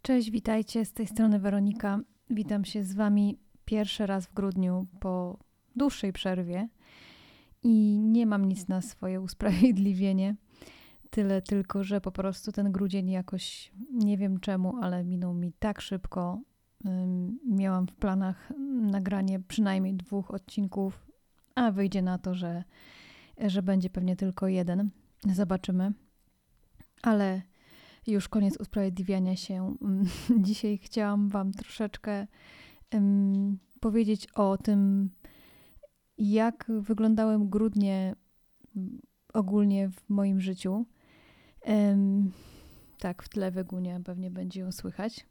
Cześć, witajcie, z tej strony Weronika. Witam się z Wami pierwszy raz w grudniu po dłuższej przerwie i nie mam nic na swoje usprawiedliwienie. Tyle tylko, że po prostu ten grudzień jakoś, nie wiem czemu, ale minął mi tak szybko. Miałam w planach nagranie przynajmniej 2 odcinków, a wyjdzie na to, że będzie pewnie tylko jeden. Zobaczymy. Ale już koniec usprawiedliwiania się. Dzisiaj chciałam Wam troszeczkę powiedzieć o tym, jak wyglądały grudnie ogólnie w moim życiu. Tak, w tle Wygunia pewnie będzie ją słychać.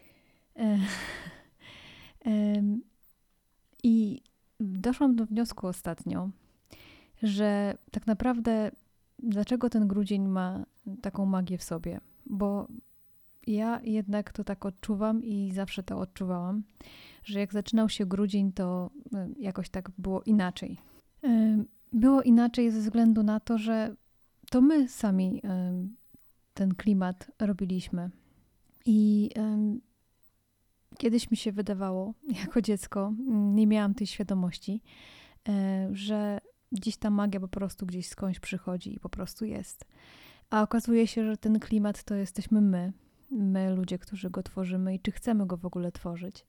I doszłam do wniosku ostatnio, że tak naprawdę dlaczego ten grudzień ma taką magię w sobie? Bo ja jednak to tak odczuwam i zawsze to odczuwałam, że jak zaczynał się grudzień, to jakoś tak było inaczej. Było inaczej ze względu na to, że to my sami ten klimat robiliśmy. I kiedyś mi się wydawało, jako dziecko, nie miałam tej świadomości, że dziś ta magia po prostu gdzieś skądś przychodzi i po prostu jest. A okazuje się, że ten klimat to jesteśmy my ludzie, którzy go tworzymy i czy chcemy go w ogóle tworzyć.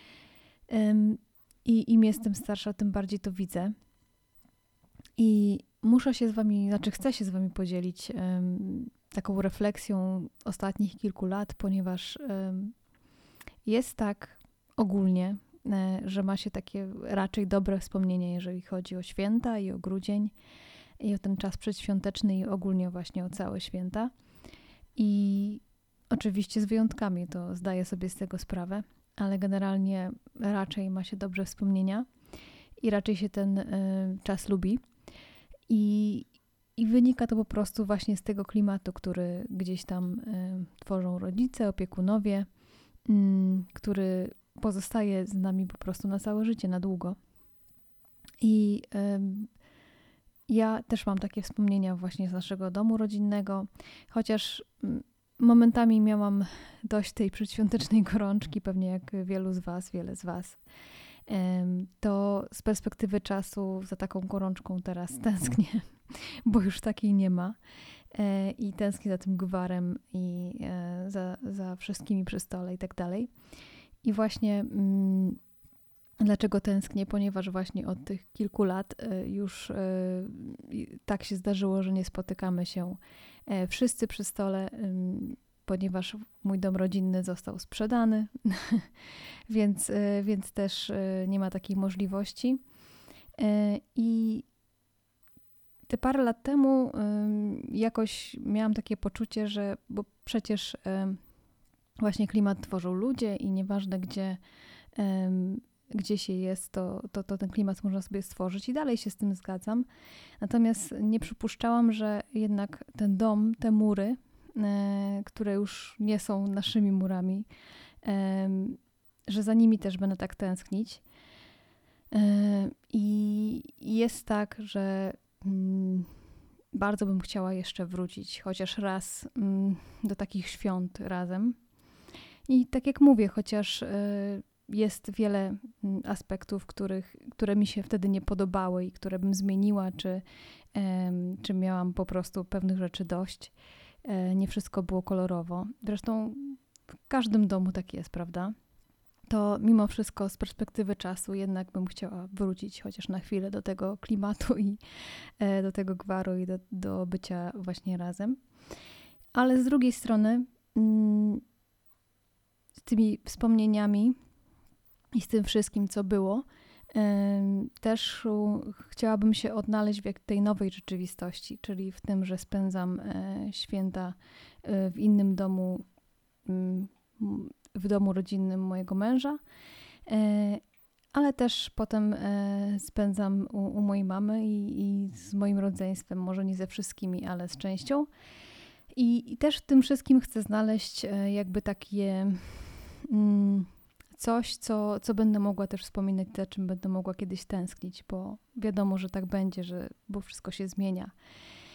I im jestem starsza, tym bardziej to widzę. I muszę się z Wami, chcę się z Wami podzielić taką refleksją ostatnich kilku lat, ponieważ jest tak ogólnie, że ma się takie raczej dobre wspomnienie, jeżeli chodzi o święta i o grudzień i o ten czas przedświąteczny i ogólnie właśnie o całe święta. I oczywiście z wyjątkami, to zdaję sobie z tego sprawę, ale generalnie raczej ma się dobre wspomnienia i raczej się ten czas lubi. I wynika to po prostu właśnie z tego klimatu, który gdzieś tam tworzą rodzice, opiekunowie, który pozostaje z nami po prostu na całe życie, na długo. I ja też mam takie wspomnienia właśnie z naszego domu rodzinnego, chociaż momentami miałam dość tej przedświątecznej gorączki, pewnie jak wiele z Was. To z perspektywy czasu za taką gorączką teraz tęsknię, bo już takiej nie ma. I tęsknię za tym gwarem i za wszystkimi przy stole i tak dalej. I właśnie dlaczego tęsknię? Ponieważ właśnie od tych kilku lat już tak się zdarzyło, że nie spotykamy się wszyscy przy stole, ponieważ mój dom rodzinny został sprzedany, więc też nie ma takiej możliwości. I te parę lat temu jakoś miałam takie poczucie, że bo przecież właśnie klimat tworzą ludzie i nieważne gdzie się jest, to ten klimat można sobie stworzyć i dalej się z tym zgadzam. Natomiast nie przypuszczałam, że jednak ten dom, te mury, które już nie są naszymi murami, że za nimi też będę tak tęsknić. I jest tak, że bardzo bym chciała jeszcze wrócić chociaż raz do takich świąt razem. I tak jak mówię, chociaż jest wiele aspektów, które mi się wtedy nie podobały i które bym zmieniła, czy miałam po prostu pewnych rzeczy dość. Nie wszystko było kolorowo. Zresztą w każdym domu tak jest, prawda? To mimo wszystko z perspektywy czasu jednak bym chciała wrócić chociaż na chwilę do tego klimatu i do tego gwaru i do bycia właśnie razem. Ale z drugiej strony z tymi wspomnieniami i z tym wszystkim, co było, też chciałabym się odnaleźć w tej nowej rzeczywistości, czyli w tym, że spędzam święta w innym domu, w domu rodzinnym mojego męża, ale też potem spędzam u mojej mamy i z moim rodzeństwem, może nie ze wszystkimi, ale z częścią. I też w tym wszystkim chcę znaleźć jakby takie coś, co będę mogła też wspominać, za czym będę mogła kiedyś tęsknić, bo wiadomo, że tak będzie, bo wszystko się zmienia.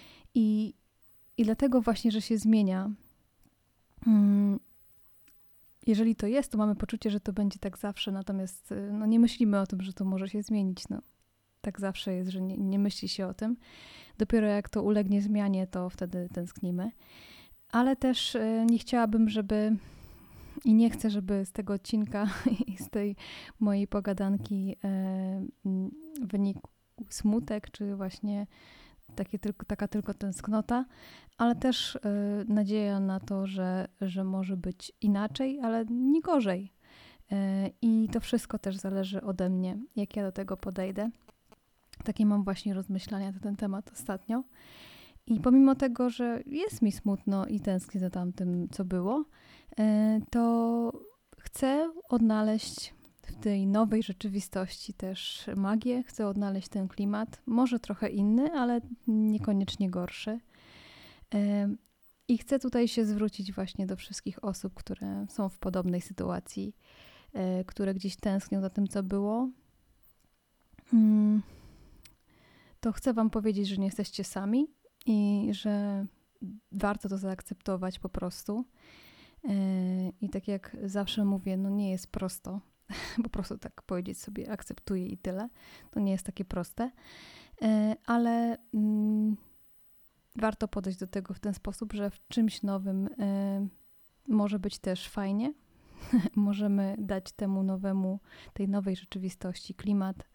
I dlatego właśnie, że się zmienia, jeżeli to jest, to mamy poczucie, że to będzie tak zawsze, natomiast no, nie myślimy o tym, że to może się zmienić. No, tak zawsze jest, że nie myśli się o tym. Dopiero jak to ulegnie zmianie, to wtedy tęsknimy. Ale też nie chciałabym, żeby i nie chcę, żeby z tego odcinka i z tej mojej pogadanki wynikł smutek, czy właśnie taka tylko tęsknota, ale też nadzieja na to, że może być inaczej, ale nie gorzej. I to wszystko też zależy ode mnie, jak ja do tego podejdę. Takie mam właśnie rozmyślania na ten temat ostatnio. I pomimo tego, że jest mi smutno i tęsknię za tamtym, co było, to chcę odnaleźć w tej nowej rzeczywistości też magię, chcę odnaleźć ten klimat, może trochę inny, ale niekoniecznie gorszy. I chcę tutaj się zwrócić właśnie do wszystkich osób, które są w podobnej sytuacji, które gdzieś tęsknią za tym, co było. To chcę wam powiedzieć, że nie jesteście sami i że warto to zaakceptować po prostu. I tak jak zawsze mówię, no nie jest prosto. Po prostu tak powiedzieć sobie akceptuję i tyle. To nie jest takie proste. Ale warto podejść do tego w ten sposób, że w czymś nowym może być też fajnie. Możemy dać temu nowemu, tej nowej rzeczywistości klimat,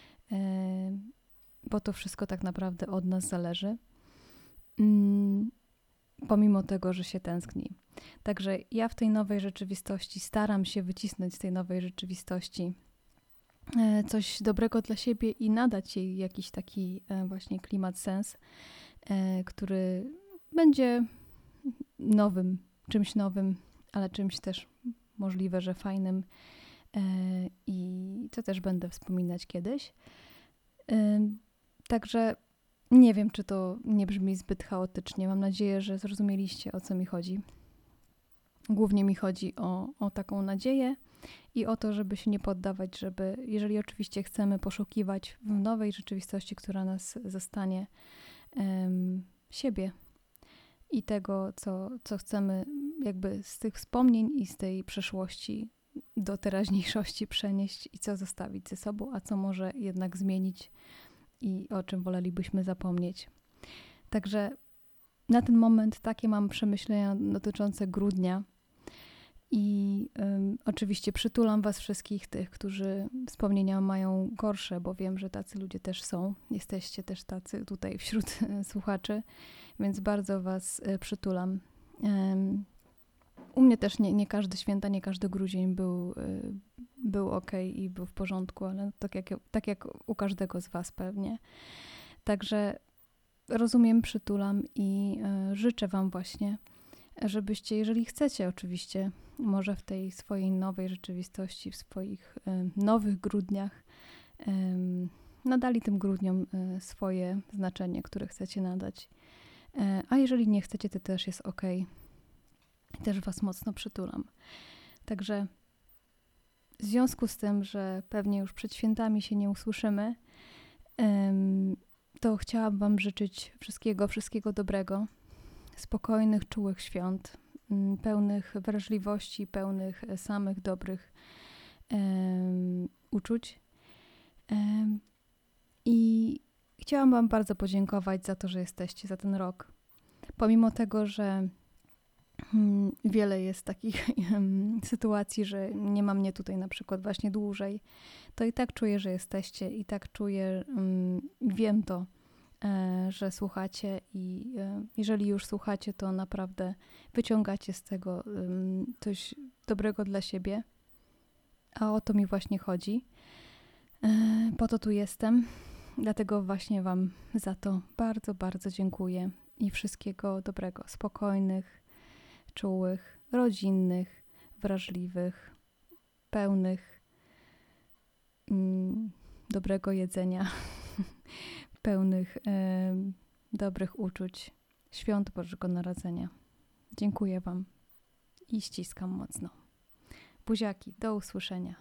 bo to wszystko tak naprawdę od nas zależy. Pomimo tego, że się tęskni. Także ja w tej nowej rzeczywistości staram się wycisnąć z tej nowej rzeczywistości coś dobrego dla siebie i nadać jej jakiś taki właśnie klimat, sens, który będzie czymś nowym, ale czymś też możliwe, że fajnym i to też będę wspominać kiedyś. Także nie wiem, czy to nie brzmi zbyt chaotycznie. Mam nadzieję, że zrozumieliście, o co mi chodzi. Głównie mi chodzi o taką nadzieję i o to, żeby się nie poddawać, jeżeli oczywiście chcemy poszukiwać w nowej rzeczywistości, która nas zastanie, siebie i tego, co chcemy jakby z tych wspomnień i z tej przeszłości do teraźniejszości przenieść i co zostawić ze sobą, a co może jednak zmienić i o czym wolelibyśmy zapomnieć. Także na ten moment takie mam przemyślenia dotyczące grudnia i oczywiście przytulam was wszystkich tych, którzy wspomnienia mają gorsze, bo wiem, że tacy ludzie też są. Jesteście też tacy tutaj wśród słuchaczy, więc bardzo was przytulam. U mnie też nie każde święta, nie każdy grudzień był okej i był w porządku, ale tak jak u każdego z was pewnie. Także rozumiem, przytulam i życzę wam właśnie, żebyście, jeżeli chcecie oczywiście, może w tej swojej nowej rzeczywistości, w swoich nowych grudniach, nadali tym grudniom swoje znaczenie, które chcecie nadać. A jeżeli nie chcecie, to też jest okej. Też was mocno przytulam. Także w związku z tym, że pewnie już przed świętami się nie usłyszymy, to chciałam wam życzyć wszystkiego dobrego, spokojnych, czułych świąt, pełnych wrażliwości, pełnych samych dobrych uczuć. I chciałam wam bardzo podziękować za to, że jesteście, za ten rok. Pomimo tego, że wiele jest takich sytuacji, że nie ma mnie tutaj na przykład właśnie dłużej, to i tak czuję, że jesteście, i tak czuję, wiem to, że słuchacie i jeżeli już słuchacie, to naprawdę wyciągacie z tego coś dobrego dla siebie, a o to mi właśnie chodzi. Po to tu jestem, dlatego właśnie wam za to bardzo, bardzo dziękuję i wszystkiego dobrego, spokojnych, czułych, rodzinnych, wrażliwych, pełnych dobrego jedzenia, pełnych dobrych uczuć, świąt Bożego Narodzenia. Dziękuję wam i ściskam mocno. Buziaki, do usłyszenia.